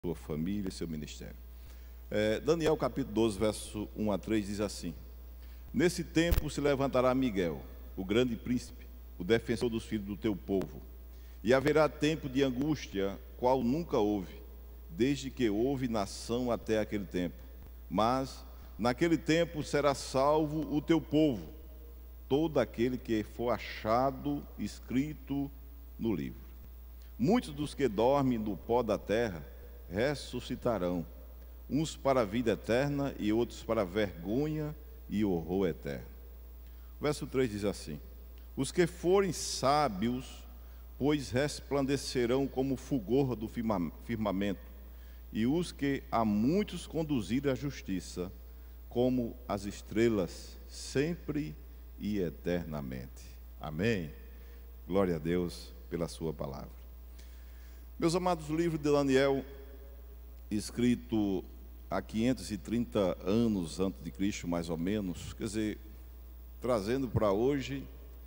sua família e seu ministério. Daniel capítulo 12, verso 1 a 3 diz assim: Nesse tempo se levantará Miguel, o grande príncipe, o defensor dos filhos do teu povo, e haverá tempo de angústia, qual nunca houve, desde que houve nação até aquele tempo. Mas naquele tempo será salvo o teu povo, todo aquele que for achado escrito no livro. Muitos dos que dormem no pó da terra ressuscitarão, uns para a vida eterna e outros para a vergonha e horror eterno. Verso 3 diz assim: Os que forem sábios, pois resplandecerão como o fulgor do firmamento, e os que a muitos conduzirem à justiça, como as estrelas, sempre e eternamente. Amém. Glória a Deus pela sua palavra. Meus amados, o livro de Daniel, escrito há 530 anos antes de Cristo, mais ou menos, quer dizer, trazendo para hoje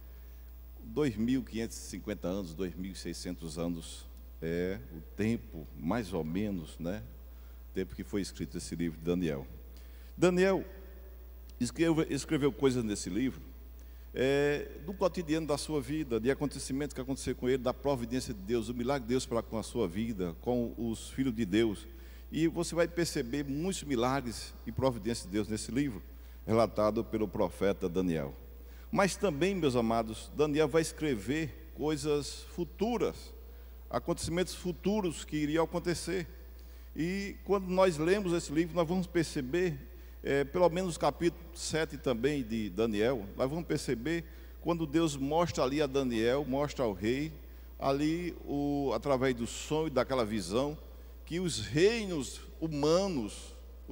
2.550 anos, 2.600 anos é o tempo, mais ou menos, né? Tempo que foi escrito esse livro de Daniel. Daniel escreveu coisas nesse livro do cotidiano da sua vida, de acontecimentos que aconteceram com ele, da providência de Deus, do milagre de Deus para com a sua vida, com os filhos de Deus. E você vai perceber muitos milagres e providência de Deus nesse livro, relatado pelo profeta Daniel. Mas também, meus amados, Daniel vai escrever coisas futuras, acontecimentos futuros que iriam acontecer. E quando nós lemos esse livro, nós vamos perceber, pelo menos no capítulo 7 também de Daniel, nós vamos perceber quando Deus mostra ali a Daniel, mostra ao rei, ali através do sonho e daquela visão, que os reinos humanos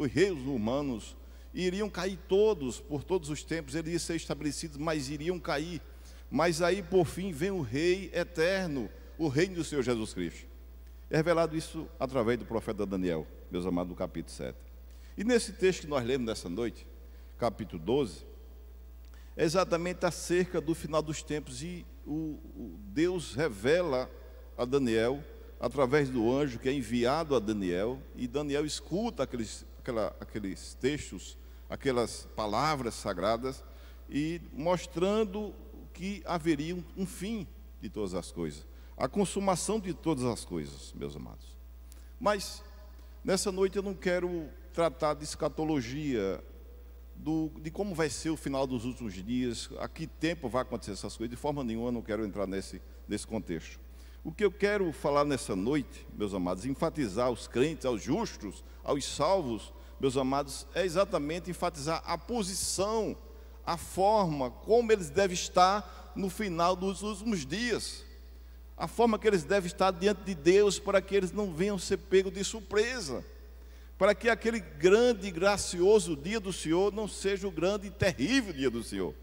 iriam cair todos, por todos os tempos, eles iriam ser estabelecidos, mas iriam cair. Mas aí, por fim, vem o Rei eterno, o reino do Senhor Jesus Cristo. É revelado isso através do profeta Daniel, meus amados, no capítulo 7. E nesse texto que nós lemos nessa noite, capítulo 12, é exatamente acerca do final dos tempos, e Deus revela a Daniel através do anjo que é enviado a Daniel, e Daniel escuta aqueles textos, aquelas palavras sagradas, e mostrando que haveria um fim de todas as coisas, a consumação de todas as coisas, meus amados. Mas nessa noite eu não quero tratar de escatologia, de como vai ser o final dos últimos dias, a que tempo vai acontecer essas coisas. De forma nenhuma eu não quero entrar nesse contexto. O que eu quero falar nessa noite, meus amados, enfatizar aos crentes, aos justos, aos salvos, meus amados, é exatamente enfatizar a posição, a forma como eles devem estar no final dos últimos dias, a forma que eles devem estar diante de Deus, para que eles não venham ser pegos de surpresa, para que aquele grande e gracioso dia do Senhor não seja o grande e terrível dia do Senhor,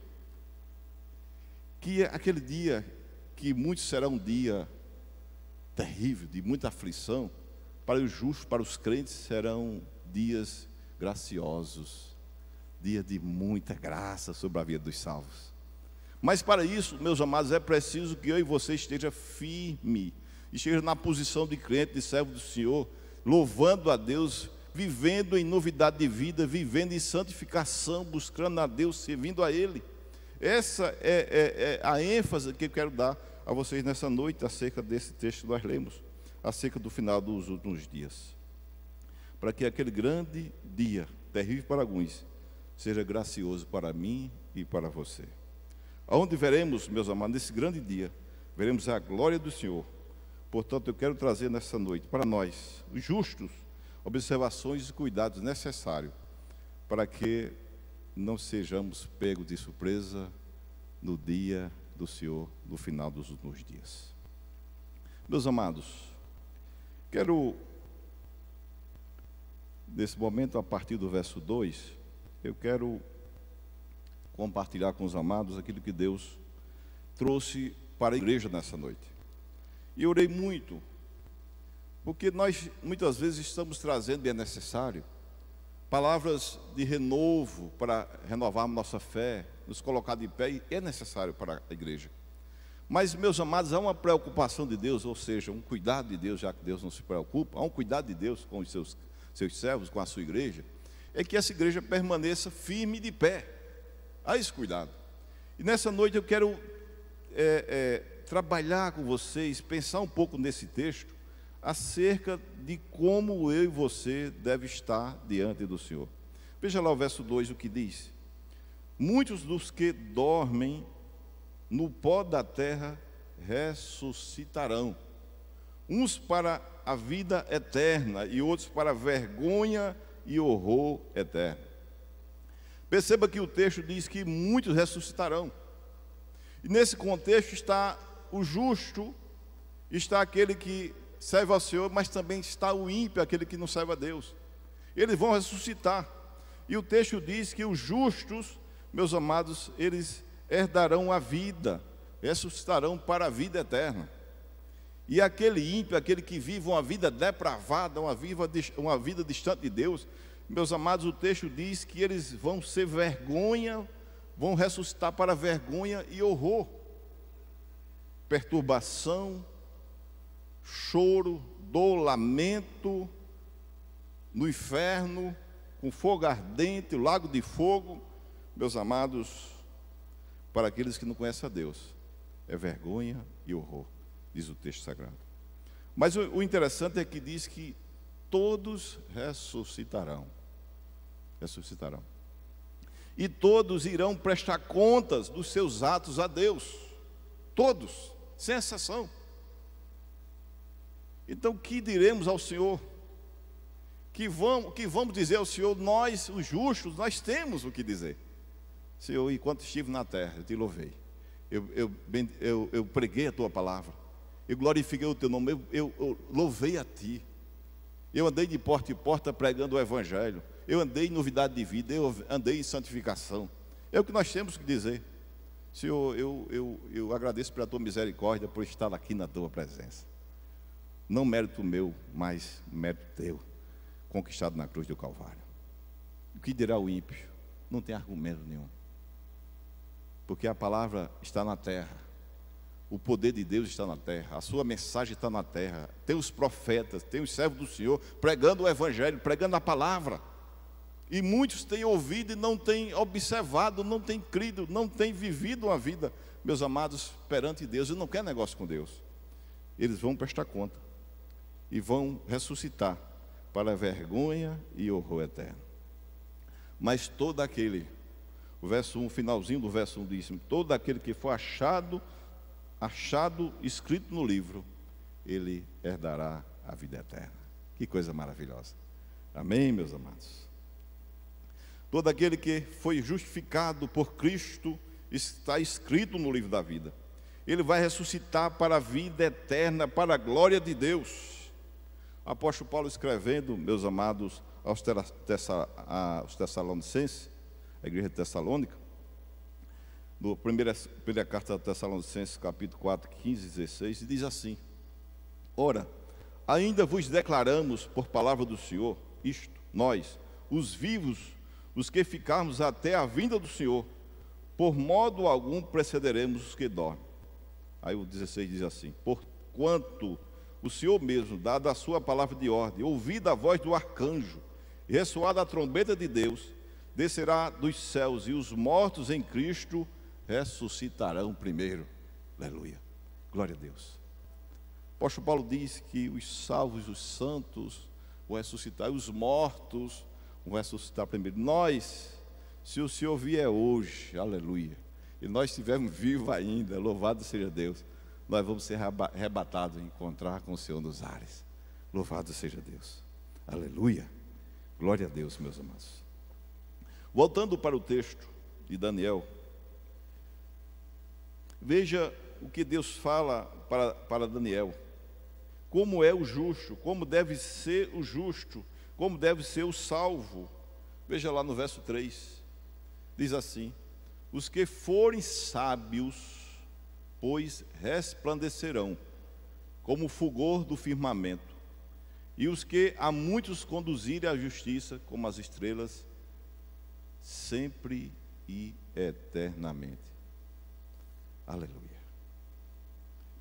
que é aquele dia que muitos será um dia terrível, de muita aflição. Para os justos, para os crentes, serão dias graciosos, dia de muita graça sobre a vida dos salvos. Mas para isso, meus amados, é preciso que eu e você esteja firme, esteja na posição de crente, de servo do Senhor, louvando a Deus, vivendo em novidade de vida, vivendo em santificação, buscando a Deus, servindo a Ele. Essa é a ênfase que eu quero dar a vocês nessa noite, acerca desse texto que nós lemos, acerca do final dos últimos dias, para que aquele grande dia, terrível para alguns, seja gracioso para mim e para você. Aonde veremos, meus amados, nesse grande dia, veremos a glória do Senhor. Portanto, eu quero trazer nessa noite, para nós, os justos, observações e cuidados necessários, para que não sejamos pegos de surpresa no dia do Senhor, no final dos últimos dias. Meus amados, quero, nesse momento, a partir do verso 2, eu quero compartilhar com os amados aquilo que Deus trouxe para a igreja nessa noite. E eu orei muito, porque nós muitas vezes estamos trazendo, e é necessário, palavras de renovo para renovarmos nossa fé, nos colocar de pé, e é necessário para a igreja. Mas, meus amados, há uma preocupação de Deus, ou seja, um cuidado de Deus, já que Deus não se preocupa, há um cuidado de Deus com os seus servos, com a sua igreja, é que essa igreja permaneça firme e de pé. Há esse cuidado. E nessa noite eu quero trabalhar com vocês, pensar um pouco nesse texto, acerca de como eu e você deve estar diante do Senhor. Veja lá o verso 2, o que diz: muitos dos que dormem no pó da terra ressuscitarão, uns para a vida eterna e outros para a vergonha e horror eterno. Perceba que o texto diz que muitos ressuscitarão. E nesse contexto está o justo, está aquele que serve ao Senhor, mas também está o ímpio, aquele que não serve a Deus. Eles vão ressuscitar. E o texto diz que os justos, meus amados, eles herdarão a vida, ressuscitarão para a vida eterna. E aquele ímpio, aquele que vive uma vida depravada, uma vida distante de Deus, meus amados, o texto diz que eles vão ser vergonha, vão ressuscitar para vergonha e horror, perturbação, choro, dor, lamento, no inferno, com fogo ardente, o lago de fogo. Meus amados, para aqueles que não conhecem a Deus, é vergonha e horror, diz o texto sagrado. Mas o interessante é que diz que todos ressuscitarão. Ressuscitarão. E todos irão prestar contas dos seus atos a Deus. Todos, sem exceção. Então, que diremos ao Senhor? Que vamos dizer ao Senhor? Nós, os justos, nós temos o que dizer. Senhor, enquanto estive na terra, eu te louvei. Eu preguei a tua palavra. Eu glorifiquei o teu nome. Eu louvei a ti. Eu andei de porta em porta pregando o evangelho. Eu andei em novidade de vida. Eu andei em santificação. É o que nós temos que dizer. Senhor, eu agradeço pela tua misericórdia, por estar aqui na tua presença. Não mérito meu, mas mérito teu, conquistado na cruz do Calvário. O que dirá o ímpio? Não tem argumento nenhum. Porque a palavra está na terra. O poder de Deus está na terra. A sua mensagem está na terra. Tem os profetas, tem os servos do Senhor pregando o evangelho, pregando a palavra. E muitos têm ouvido e não têm observado, não têm crido, não têm vivido uma vida, meus amados, perante Deus. E não quer negócio com Deus. Eles vão prestar conta e vão ressuscitar para a vergonha e horror eterno. Mas todo aquele, o verso 1, finalzinho do verso 1 diz: todo aquele que for achado escrito no livro, ele herdará a vida eterna. Que coisa maravilhosa. Amém, meus amados? Todo aquele que foi justificado por Cristo está escrito no livro da vida. Ele vai ressuscitar para a vida eterna, para a glória de Deus. O apóstolo Paulo escrevendo, meus amados, aos Tessalonicenses, a igreja de Tessalônica, no primeira carta a Tessalonicenses, capítulo 4, 15 e 16, diz assim: ora, ainda vos declaramos por palavra do Senhor, isto, nós, os vivos, os que ficarmos até a vinda do Senhor, por modo algum precederemos os que dormem. Aí o 16 diz assim: porquanto o Senhor mesmo, dada a sua palavra de ordem, ouvida a voz do arcanjo, e ressoada a trombeta de Deus, descerá dos céus, e os mortos em Cristo ressuscitarão primeiro. Aleluia, glória a Deus. O apóstolo Paulo diz que os salvos, os santos vão ressuscitar, e os mortos vão ressuscitar primeiro. Nós, se o Senhor vier hoje, aleluia, e nós estivermos vivos ainda, louvado seja Deus, nós vamos ser arrebatados e encontrar com o Senhor nos ares. Louvado seja Deus, aleluia, glória a Deus, meus amados. Voltando para o texto de Daniel, veja o que Deus fala para Daniel. Como é o justo, como deve ser o justo, como deve ser o salvo. Veja lá no verso 3, diz assim: os que forem sábios, pois resplandecerão como o fulgor do firmamento, e os que a muitos conduzirem à justiça, como as estrelas, sempre e eternamente. Aleluia.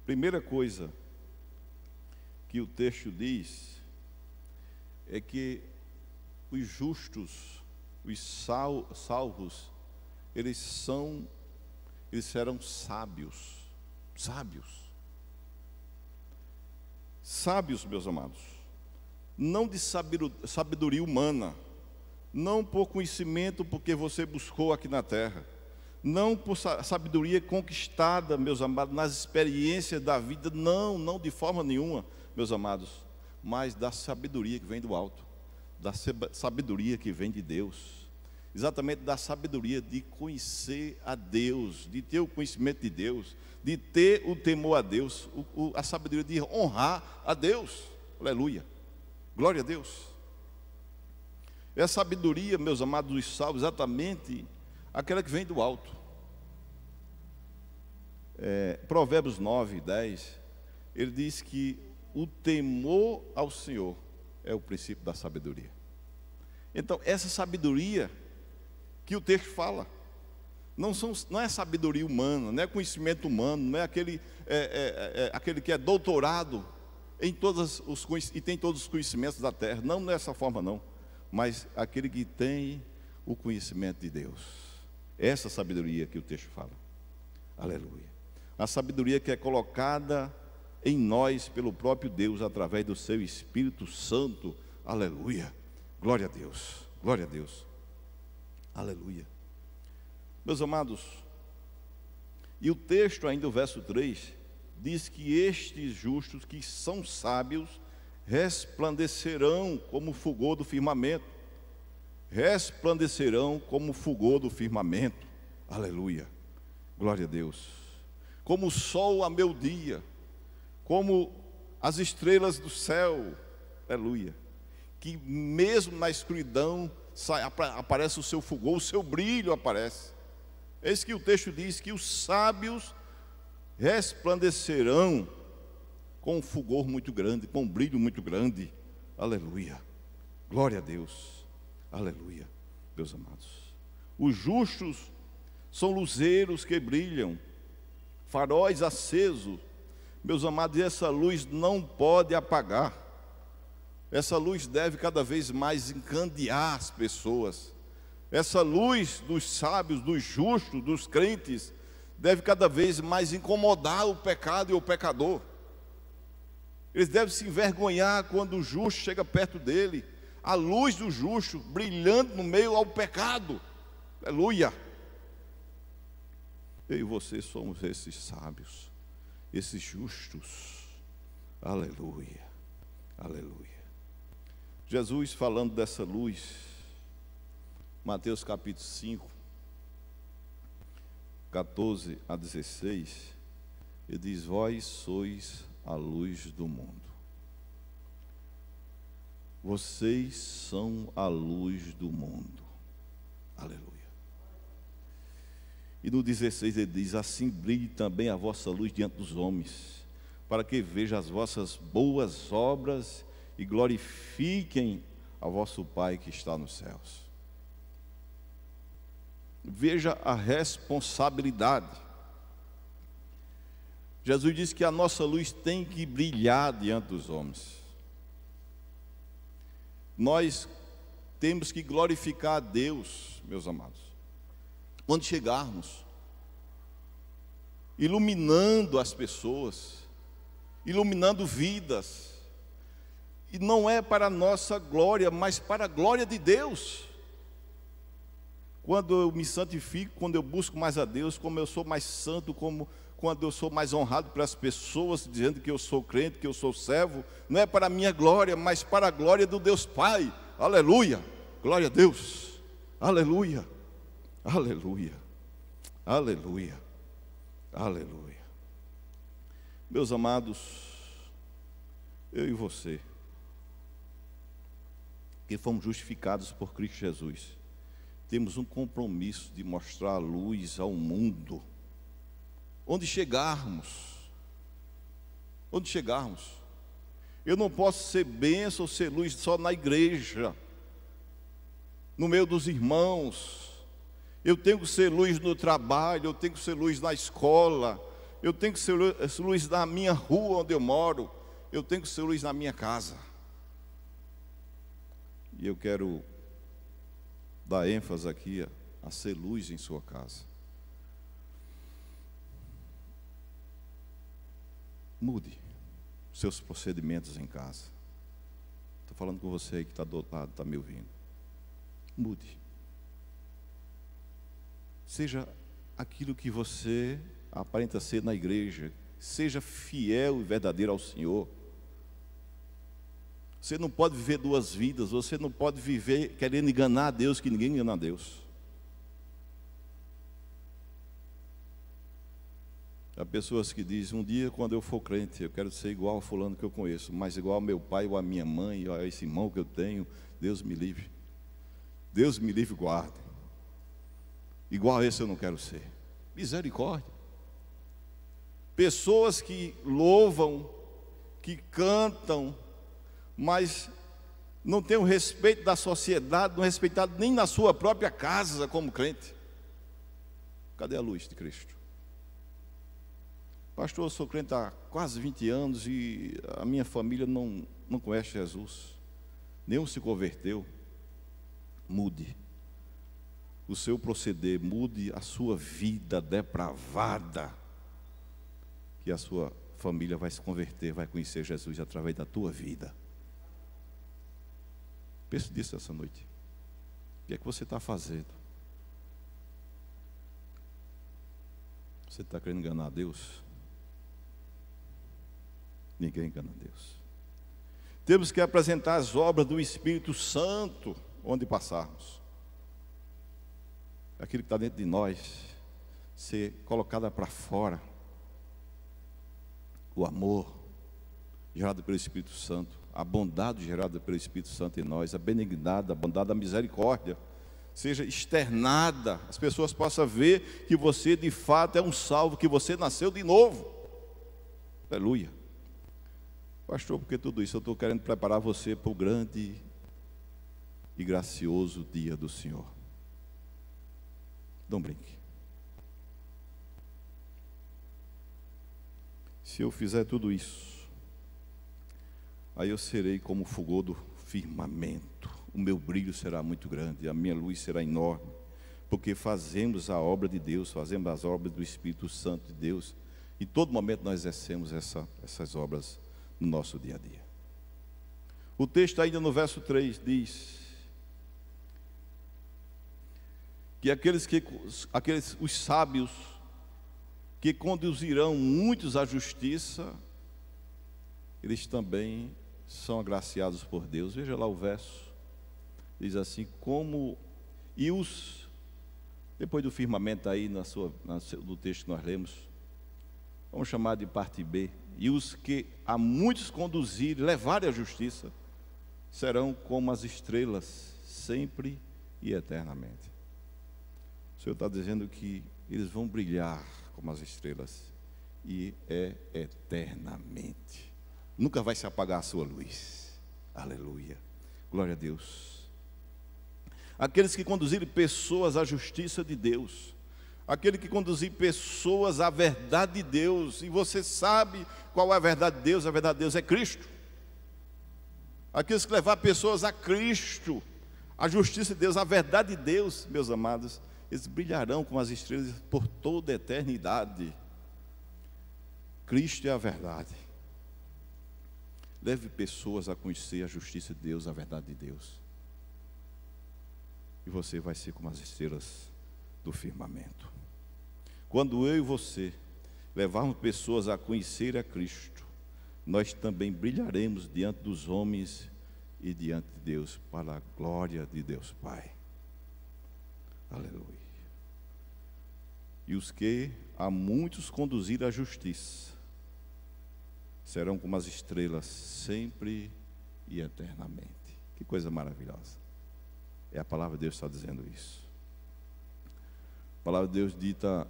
Primeira coisa que o texto diz é que os justos, os salvos, eles serão sábios. Sábios, meus amados, não de sabedoria humana, não por conhecimento porque você buscou aqui na terra, não por sabedoria conquistada, meus amados, nas experiências da vida, não de forma nenhuma, meus amados, mas da sabedoria que vem do alto, da sabedoria que vem de Deus, exatamente da sabedoria de conhecer a Deus, de ter o conhecimento de Deus, de ter o temor a Deus, a sabedoria de honrar a Deus. Aleluia, glória a Deus. É a sabedoria, meus amados, dos salvos, exatamente aquela que vem do alto. Provérbios 9, 10, ele diz que o temor ao Senhor é o princípio da sabedoria. Então, essa sabedoria que o texto fala, não é sabedoria humana, não é conhecimento humano, não é aquele que é doutorado em e tem todos os conhecimentos da terra. Não é dessa forma não, mas aquele que tem o conhecimento de Deus. Essa sabedoria que o texto fala. Aleluia. A sabedoria que é colocada em nós pelo próprio Deus através do seu Espírito Santo. Aleluia. Glória a Deus. Glória a Deus. Aleluia. Meus amados, e o texto ainda, o verso 3, diz que estes justos que são sábios resplandecerão como o fulgor do firmamento. Resplandecerão como o fulgor do firmamento. Aleluia. Glória a Deus. Como o sol a meio-dia, como as estrelas do céu. Aleluia. Que mesmo na escuridão aparece o seu fulgor, o seu brilho aparece. Eis que o texto diz que os sábios resplandecerão com um fulgor muito grande, com um brilho muito grande. Aleluia. Glória a Deus. Aleluia, meus amados. Os justos são luzeiros que brilham, faróis acesos. Meus amados, e essa luz não pode apagar. Essa luz deve cada vez mais encandear as pessoas. Essa luz dos sábios, dos justos, dos crentes, deve cada vez mais incomodar o pecado e o pecador. Eles devem se envergonhar quando o justo chega perto dele. A luz do justo brilhando no meio ao pecado. Aleluia. Eu e você somos esses sábios, esses justos. Aleluia. Aleluia. Jesus falando dessa luz, Mateus capítulo 5, 14 a 16, ele diz: vós sois a luz do mundo. Vocês são a luz do mundo. Aleluia. E no 16 ele diz: assim brilhe também a vossa luz diante dos homens, para que vejam as vossas boas obras e glorifiquem a vosso Pai que está nos céus. Veja a responsabilidade. Jesus disse que a nossa luz tem que brilhar diante dos homens. Nós temos que glorificar a Deus, meus amados, quando chegarmos, iluminando as pessoas, iluminando vidas. E não é para a nossa glória, mas para a glória de Deus. Quando eu me santifico, quando eu busco mais a Deus, como eu sou mais santo, quando eu sou mais honrado pelas pessoas, dizendo que eu sou crente, que eu sou servo, não é para a minha glória, mas para a glória do Deus Pai. Aleluia, glória a Deus, aleluia, aleluia, aleluia, aleluia. Meus amados, eu e você, que fomos justificados por Cristo Jesus, temos um compromisso de mostrar a luz ao mundo. Onde chegarmos, eu não posso ser bênção ou ser luz só na igreja, no meio dos irmãos. Eu tenho que ser luz no trabalho, eu tenho que ser luz na escola, eu tenho que ser luz na minha rua onde eu moro, eu tenho que ser luz na minha casa. E eu quero dar ênfase aqui a ser luz em sua casa. Mude seus procedimentos em casa. Estou falando com você aí que está do outro lado, está me ouvindo. Mude. Seja aquilo que você aparenta ser na igreja. Seja fiel e verdadeiro ao Senhor. Você não pode viver duas vidas. Você não pode viver querendo enganar a Deus, que ninguém engana a Deus. Há pessoas que dizem, um dia quando eu for crente, eu quero ser igual ao fulano que eu conheço, mas igual ao meu pai ou à minha mãe, ou a esse irmão que eu tenho. Deus me livre. Deus me livre e guarde. Igual a esse eu não quero ser. Misericórdia. Pessoas que louvam, que cantam, mas não têm o respeito da sociedade, não respeitado nem na sua própria casa como crente. Cadê a luz de Cristo? Pastor, eu sou crente há quase 20 anos e a minha família não conhece Jesus. Nenhum se converteu. Mude o seu proceder, mude a sua vida depravada, que a sua família vai se converter, vai conhecer Jesus através da tua vida. Pense nisso essa noite. O que é que você está fazendo? Você está querendo enganar a Deus? Ninguém engana a Deus. Temos que apresentar as obras do Espírito Santo onde passarmos. Aquilo que está dentro de nós ser colocada para fora. O amor gerado pelo Espírito Santo, a bondade gerada pelo Espírito Santo em nós, a benignidade, a bondade, a misericórdia seja externada, as pessoas possam ver que você de fato é um salvo, que você nasceu de novo. Aleluia. Pastor, porque tudo isso eu estou querendo preparar você para o grande e gracioso dia do Senhor. Não brinque. Se eu fizer tudo isso, aí eu serei como o fulgor do firmamento. O meu brilho será muito grande, a minha luz será enorme, porque fazemos a obra de Deus, fazemos as obras do Espírito Santo de Deus, e todo momento nós exercemos essas obras no nosso dia a dia. O texto ainda no verso 3 diz que os sábios que conduzirão muitos à justiça, eles também são agraciados por Deus. Veja lá o verso, diz assim, depois do firmamento aí no texto que nós lemos, vamos chamar de parte B, e os que a muitos conduzirem, levarem à justiça, serão como as estrelas, sempre e eternamente. O Senhor está dizendo que eles vão brilhar como as estrelas, e eternamente. Nunca vai se apagar a sua luz. Aleluia. Glória a Deus. Aqueles que conduzirem pessoas à justiça de Deus, aquele que conduzir pessoas à verdade de Deus, e você sabe qual é a verdade de Deus? A verdade de Deus é Cristo. Aqueles que levar pessoas a Cristo, a justiça de Deus, a verdade de Deus, meus amados, eles brilharão como as estrelas por toda a eternidade. Cristo é a verdade. Leve pessoas a conhecer a justiça de Deus, a verdade de Deus, e você vai ser como as estrelas do firmamento. Quando eu e você levarmos pessoas a conhecer a Cristo, nós também brilharemos diante dos homens e diante de Deus, para a glória de Deus Pai. Aleluia. E os que a muitos conduzir à justiça serão como as estrelas, sempre e eternamente. Que coisa maravilhosa. É a palavra de Deus que está dizendo isso. A palavra de Deus dita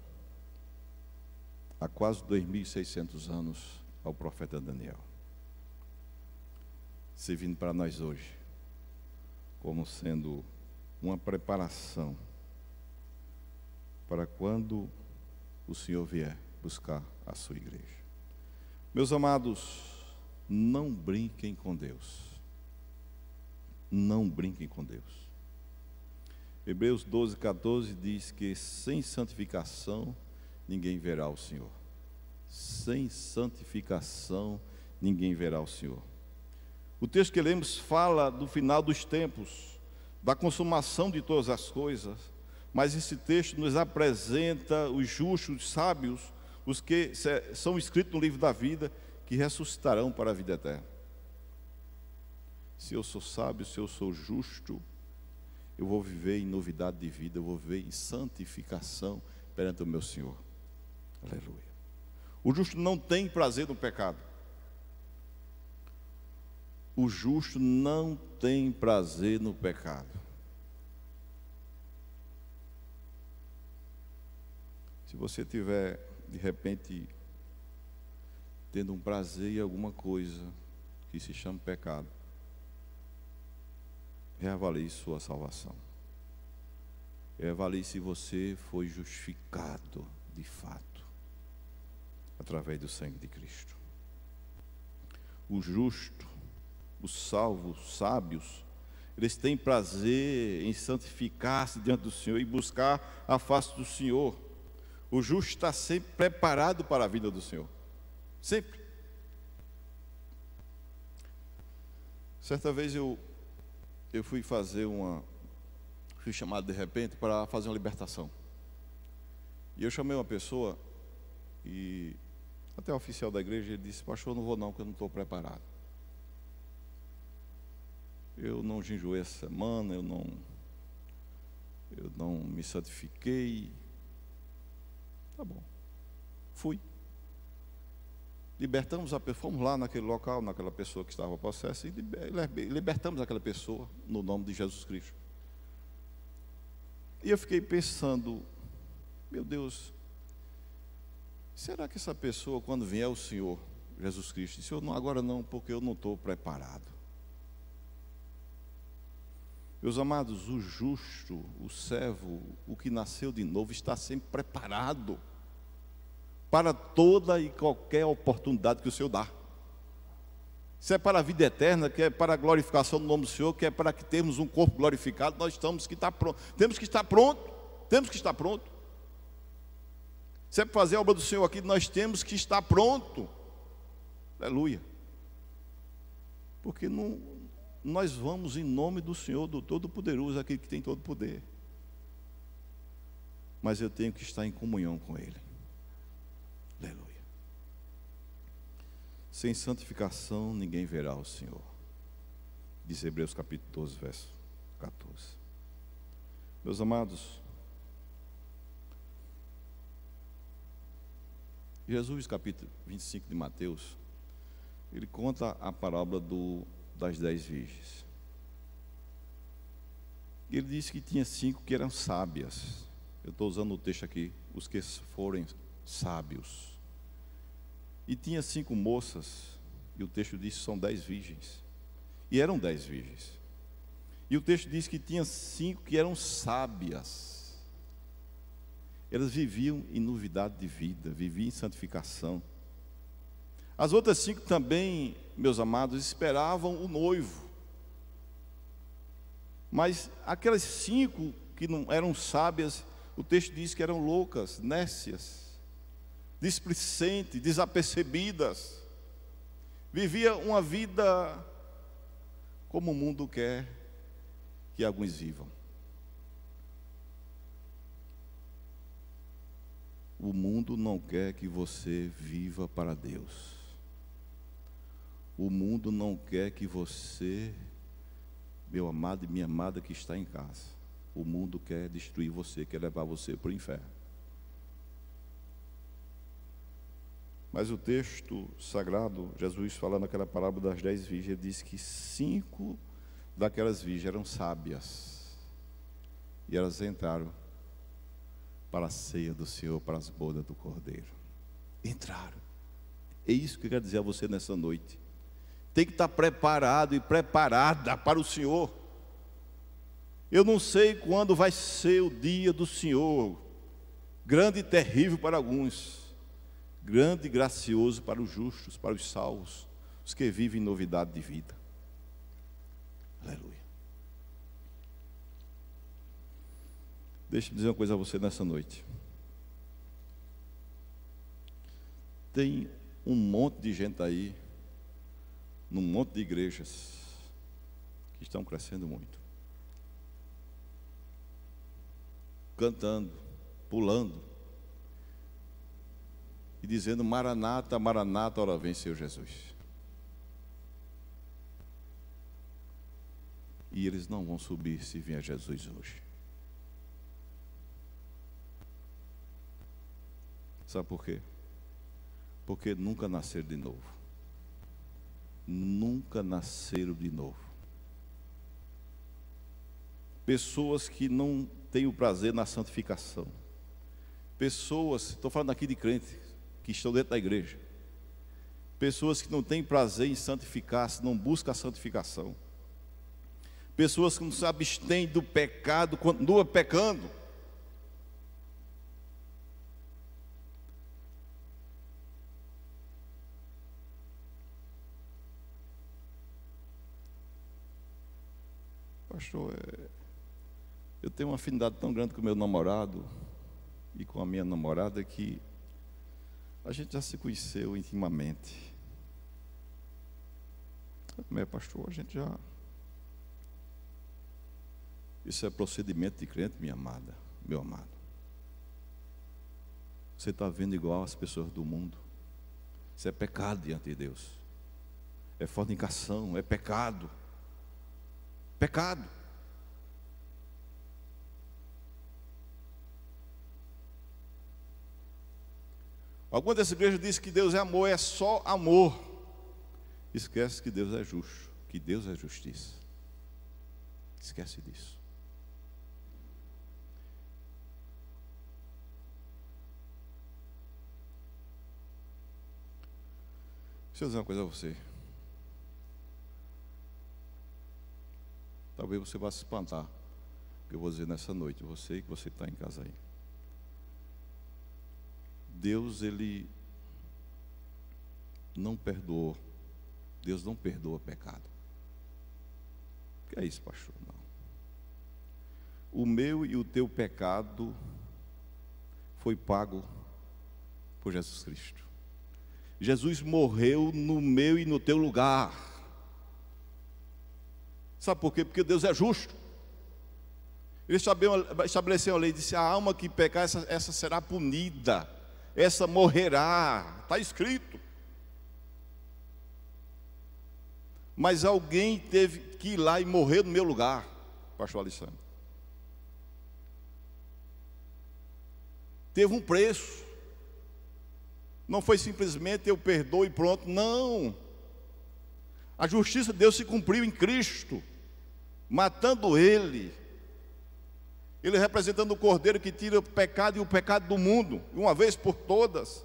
há quase 2.600 anos ao profeta Daniel, servindo para nós hoje como sendo uma preparação para quando o Senhor vier buscar a sua igreja. Meus amados, não brinquem com Deus. Não brinquem com Deus. Hebreus 12, 14 diz que sem santificação ninguém verá o Senhor. Sem santificação ninguém verá o Senhor. O texto que lemos fala do final dos tempos, da consumação de todas as coisas, mas esse texto nos apresenta os justos, os sábios, os que são escritos no livro da vida, que ressuscitarão para a vida eterna. Se eu sou sábio, se eu sou justo, eu vou viver em novidade de vida, eu vou viver em santificação perante o meu Senhor. Aleluia. O justo não tem prazer no pecado. O justo não tem prazer no pecado. Se você tiver, de repente, tendo um prazer em alguma coisa que se chama pecado, reavalie sua salvação. Reavalie se você foi justificado de fato, através do sangue de Cristo. O justo, os salvos, os sábios, eles têm prazer em santificar-se diante do Senhor e buscar a face do Senhor. O justo está sempre preparado para a vida do Senhor. Sempre. Certa vez eu fui fui chamado de repente para fazer uma libertação. E eu chamei uma pessoa, e até o oficial da igreja, ele disse: pastor, eu não vou não, porque eu não estou preparado. Eu não jejuei essa semana, eu não me santifiquei. Tá bom. Fui. Libertamos a pessoa, fomos lá naquele local, naquela pessoa que estava possessa, e libertamos aquela pessoa no nome de Jesus Cristo. E eu fiquei pensando, meu Deus, será que essa pessoa, quando vier o Senhor Jesus Cristo, disse: não, agora não, porque eu não estou preparado. Meus amados, o justo, o servo, o que nasceu de novo, está sempre preparado para toda e qualquer oportunidade que o Senhor dá. Se é para a vida eterna, que é para a glorificação do nome do Senhor, que é para que tenhamos um corpo glorificado, nós temos que estar pronto. Temos que estar pronto. Se é para fazer a obra do Senhor aqui, nós temos que estar pronto. Aleluia. Porque nós vamos em nome do Senhor, do Todo-Poderoso, aquele que tem todo poder. Mas eu tenho que estar em comunhão com Ele. Aleluia. Sem santificação ninguém verá o Senhor. Diz Hebreus capítulo 12, verso 14. Meus amados, Jesus, capítulo 25 de Mateus, ele conta a parábola das 10 virgens. Ele disse que tinha 5 que eram sábias. Eu estou usando o texto aqui, os que forem sábios. E tinha 5 moças, e o texto diz que são 10 virgens. E eram 10 virgens. E o texto diz que tinha 5 que eram sábias. Elas viviam em novidade de vida, viviam em santificação. As outras 5 também, meus amados, esperavam o noivo. Mas aquelas 5 que não eram sábias, o texto diz que eram loucas, nécias, displicentes, desapercebidas. Vivia uma vida como o mundo quer que alguns vivam. O mundo não quer que você viva para Deus. O mundo não quer que você, meu amado e minha amada que está em casa, o mundo quer destruir você, quer levar você para o inferno. Mas o texto sagrado, Jesus falando aquela parábola das 10 virgens, diz que 5 daquelas virgens eram sábias. E elas entraram para a ceia do Senhor, para as bodas do Cordeiro. Entraram. É isso que eu quero dizer a você nessa noite. Tem que estar preparado e preparada para o Senhor. Eu não sei quando vai ser o dia do Senhor, grande e terrível para alguns. grande e gracioso para os justos, para os salvos, os que vivem em novidade de vida. Aleluia. Deixa-me dizer uma coisa a você nessa noite. Tem um monte de gente aí, num monte de igrejas, que estão crescendo muito, cantando, pulando e dizendo: Maranata, Maranata, ora vem Senhor Jesus. E eles não vão subir se vier Jesus hoje. Sabe por quê? Porque nunca nasceram de novo. Nunca nasceram de novo. Pessoas que não têm o prazer na santificação. Pessoas, estou falando aqui de crentes que estão dentro da igreja. Pessoas que não têm prazer em santificar-se, não buscam a santificação. Pessoas que não se abstêm do pecado, continuam pecando. Pastor, eu tenho uma afinidade tão grande com o meu namorado e com a minha namorada que a gente já se conheceu intimamente. Meu pastor, a gente já... Isso é procedimento de crente, minha amada, meu amado. Você está vendo igual as pessoas do mundo. Isso é pecado diante de Deus. É fornicação, é pecado. Pecado. Algumas dessas igrejas dizem que Deus é amor, é só amor. Esquece que Deus é justo, que Deus é justiça. Esquece disso. Deixa eu dizer uma coisa a você. Talvez você vá se espantar, o que eu vou dizer nessa noite, você que você está em casa aí. Deus, Ele não perdoou. Deus não perdoa pecado. O que é isso, pastor? Não. O meu e o teu pecado foi pago por Jesus Cristo. Jesus morreu no meu e no teu lugar. Sabe por quê? Porque Deus é justo. Ele estabeleceu a lei, disse: a alma que pecar, essa será punida, essa morrerá. Está escrito. Mas alguém teve que ir lá e morrer no meu lugar, pastor Alessandro. Teve um preço. Não foi simplesmente eu perdoo e pronto, não. A justiça de Deus se cumpriu em Cristo, matando Ele. Ele representando o Cordeiro que tira o pecado e o pecado do mundo, uma vez por todas.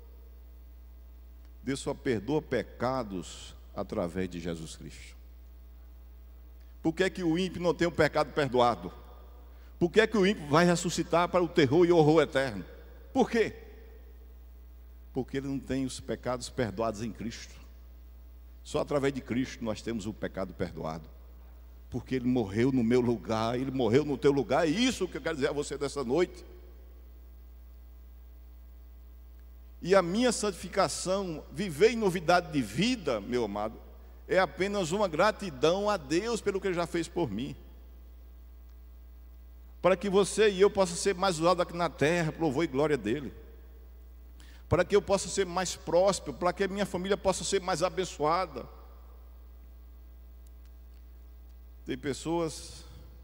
Deus só perdoa pecados através de Jesus Cristo. Por que é que o ímpio não tem o pecado perdoado? Por que é que o ímpio vai ressuscitar para o terror e o horror eterno? Por quê? Porque ele não tem os pecados perdoados em Cristo. Só através de Cristo nós temos o pecado perdoado. Porque Ele morreu no meu lugar, Ele morreu no teu lugar. É isso que eu quero dizer a você dessa noite. E a minha santificação, viver em novidade de vida, meu amado, é apenas uma gratidão a Deus pelo que Ele já fez por mim. Para que você e eu possa ser mais usados aqui na terra, para louvor e glória dEle. Para que eu possa ser mais próspero, para que a minha família possa ser mais abençoada. Tem pessoas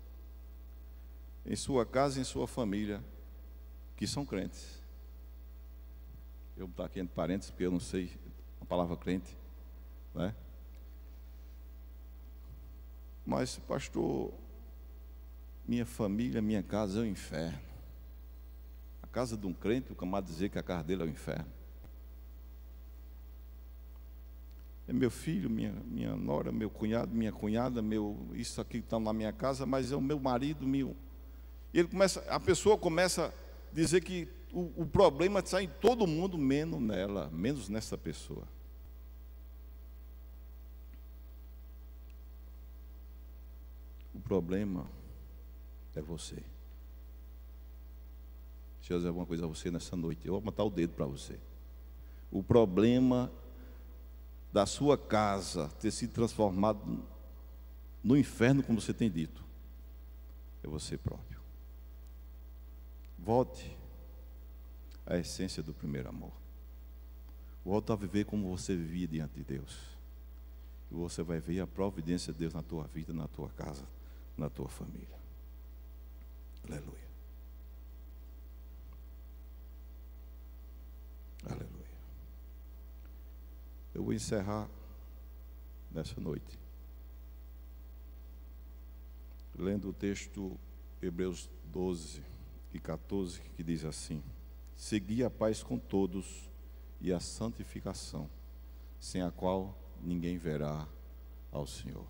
em sua casa e em sua família que são crentes. Eu vou botar aqui entre parênteses, porque eu não sei a palavra crente, né? Mas, pastor, minha família, minha casa é o inferno. A casa de um crente, o camarada dizer que a casa dele é o inferno. É meu filho, minha nora, meu cunhado, minha cunhada, isso aqui que está na minha casa, mas é o meu marido, meu. E a pessoa começa a dizer que o problema está em todo mundo, menos nela, menos nessa pessoa. O problema é você. Deixa eu dizer alguma coisa a você nessa noite. Eu vou botar o dedo para você. O problema da sua casa ter sido transformado no inferno, como você tem dito, é você próprio. Volte à essência do primeiro amor. Volte a viver como você vivia diante de Deus. E você vai ver a providência de Deus na tua vida, na tua casa, na tua família. Aleluia. Aleluia. Eu vou encerrar nessa noite lendo o texto Hebreus 12 e 14, que diz assim: segui a paz com todos e a santificação, sem a qual ninguém verá ao Senhor.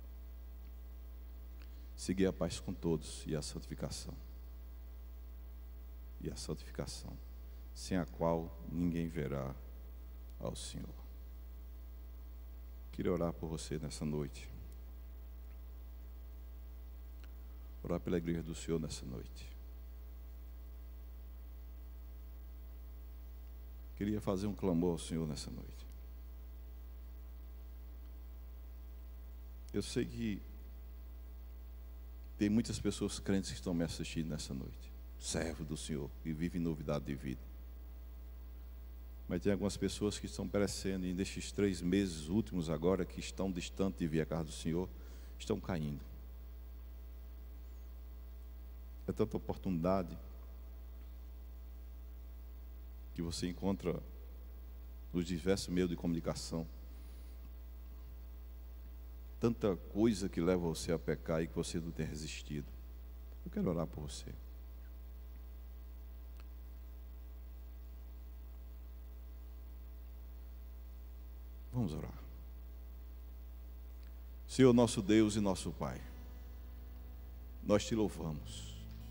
Segui a paz com todos e a santificação. E a santificação, sem a qual ninguém verá ao Senhor. Queria orar por você nessa noite. Orar pela igreja do Senhor nessa noite. Queria fazer um clamor ao Senhor nessa noite. Eu sei que tem muitas pessoas crentes que estão me assistindo nessa noite, servos do Senhor, e vivem novidade de vida. Mas tem algumas pessoas que estão perecendo, e nestes 3 meses últimos agora, que estão distantes de vir à casa do Senhor, estão caindo. É tanta oportunidade que você encontra nos diversos meios de comunicação, tanta coisa que leva você a pecar e que você não tem resistido. Eu quero orar por você. Vamos orar. Senhor, nosso Deus e nosso Pai, nós te louvamos.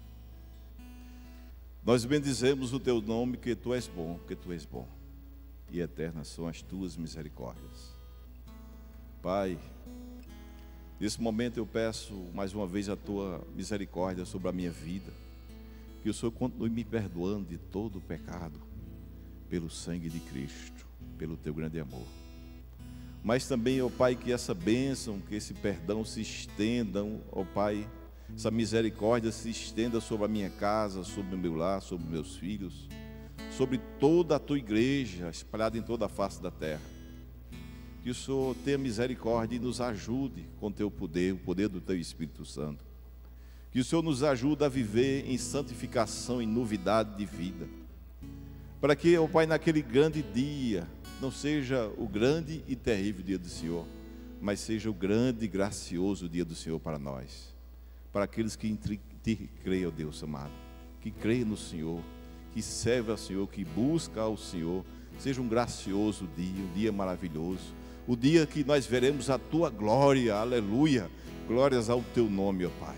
Nós bendizemos o teu nome, que tu és bom, porque tu és bom, e eternas são as tuas misericórdias. Pai, nesse momento eu peço mais uma vez a tua misericórdia sobre a minha vida, que o Senhor continue me perdoando de todo o pecado, pelo sangue de Cristo, pelo teu grande amor. Mas também, ó Pai, que essa bênção, que esse perdão se estendam, ó Pai, essa misericórdia se estenda sobre a minha casa, sobre o meu lar, sobre meus filhos, sobre toda a tua igreja, espalhada em toda a face da terra. Que o Senhor tenha misericórdia e nos ajude com teu poder, o poder do teu Espírito Santo. Que o Senhor nos ajude a viver em santificação e novidade de vida. Para que, ó Pai, naquele grande dia, não seja o grande e terrível dia do Senhor, mas seja o grande e gracioso dia do Senhor para nós. Para aqueles que te creem, ó Deus amado, que creem no Senhor, que servem ao Senhor, que buscam ao Senhor, seja um gracioso dia, um dia maravilhoso, o dia que nós veremos a tua glória, aleluia, glórias ao teu nome, ó Pai.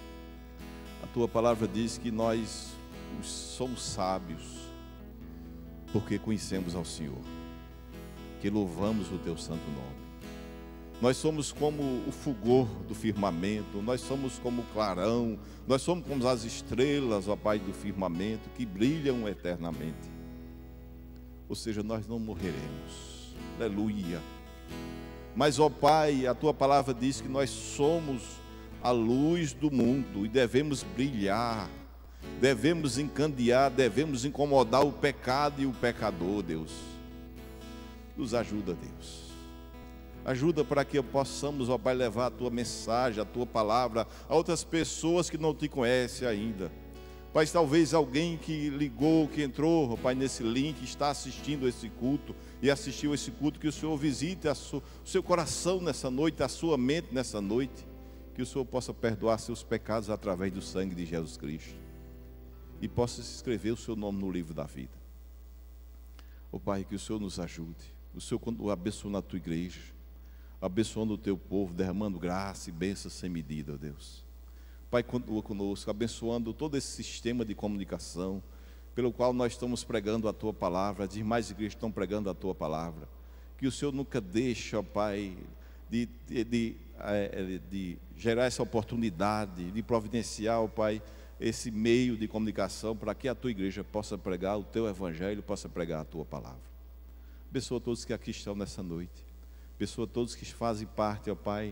A tua palavra diz que nós somos sábios, porque conhecemos ao Senhor, que louvamos o teu santo nome. Nós somos como o fulgor do firmamento, nós somos como o clarão, nós somos como as estrelas, ó Pai, do firmamento, que brilham eternamente. Ou seja, nós não morreremos, aleluia. Mas, ó Pai, a tua palavra diz que nós somos a luz do mundo e devemos brilhar, devemos encandear, devemos incomodar o pecado e o pecador, Deus. Nos ajuda, Deus. Ajuda para que possamos, ó Pai, levar a tua mensagem, a tua palavra a outras pessoas que não te conhecem ainda. Pai, talvez alguém que ligou, que entrou, ó Pai, nesse link, está assistindo esse culto e assistiu esse culto, que o Senhor visite o seu coração nessa noite, a sua mente nessa noite, que o Senhor possa perdoar seus pecados através do sangue de Jesus Cristo e possa escrever o seu nome no livro da vida. Ó Pai, que o Senhor nos ajude, o Senhor abençoe na tua igreja, abençoando o teu povo, derramando graça e bênçãos sem medida, ó Deus. Pai, continua conosco, abençoando todo esse sistema de comunicação, pelo qual nós estamos pregando a Tua palavra, as demais igrejas estão pregando a Tua palavra. Que o Senhor nunca deixe, ó Pai, de gerar essa oportunidade, de providenciar, ó Pai, esse meio de comunicação para que a Tua igreja possa pregar o Teu evangelho, possa pregar a Tua palavra. Abençoa todos que aqui estão nessa noite. Abençoa todos que fazem parte, ó Pai,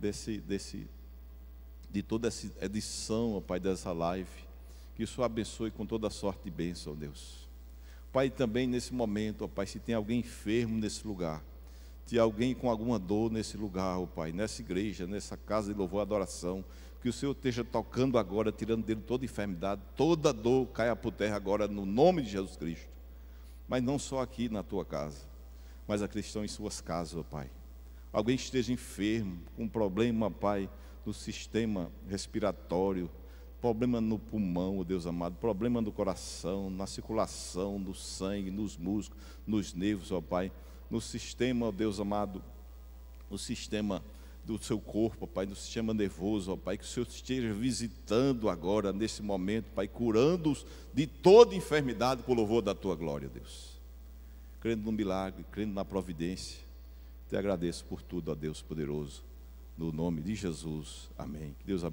de toda essa edição, ó Pai, dessa live. Que o Senhor abençoe com toda a sorte de bênção, ó Deus. Pai, também nesse momento, ó Pai, se tem alguém enfermo nesse lugar, se alguém com alguma dor nesse lugar, ó Pai, nessa igreja, nessa casa de louvor e adoração, que o Senhor esteja tocando agora, tirando dele toda enfermidade, toda dor caia por terra agora, no nome de Jesus Cristo. Mas não só aqui na tua casa, mas aqueles que estão em suas casas, ó Pai. Alguém que esteja enfermo, com problema, Pai, no sistema respiratório, problema no pulmão, ó Deus amado, problema no coração, na circulação, no sangue, nos músculos, nos nervos, ó Pai, no sistema, ó Deus amado, no sistema do seu corpo, ó Pai, no sistema nervoso, ó Pai, que o Senhor esteja visitando agora, nesse momento, Pai, curando-os de toda enfermidade por louvor da Tua glória, Deus. Crendo no milagre, crendo na providência, te agradeço por tudo, ó Deus poderoso, no nome de Jesus, amém. Que Deus abençoe.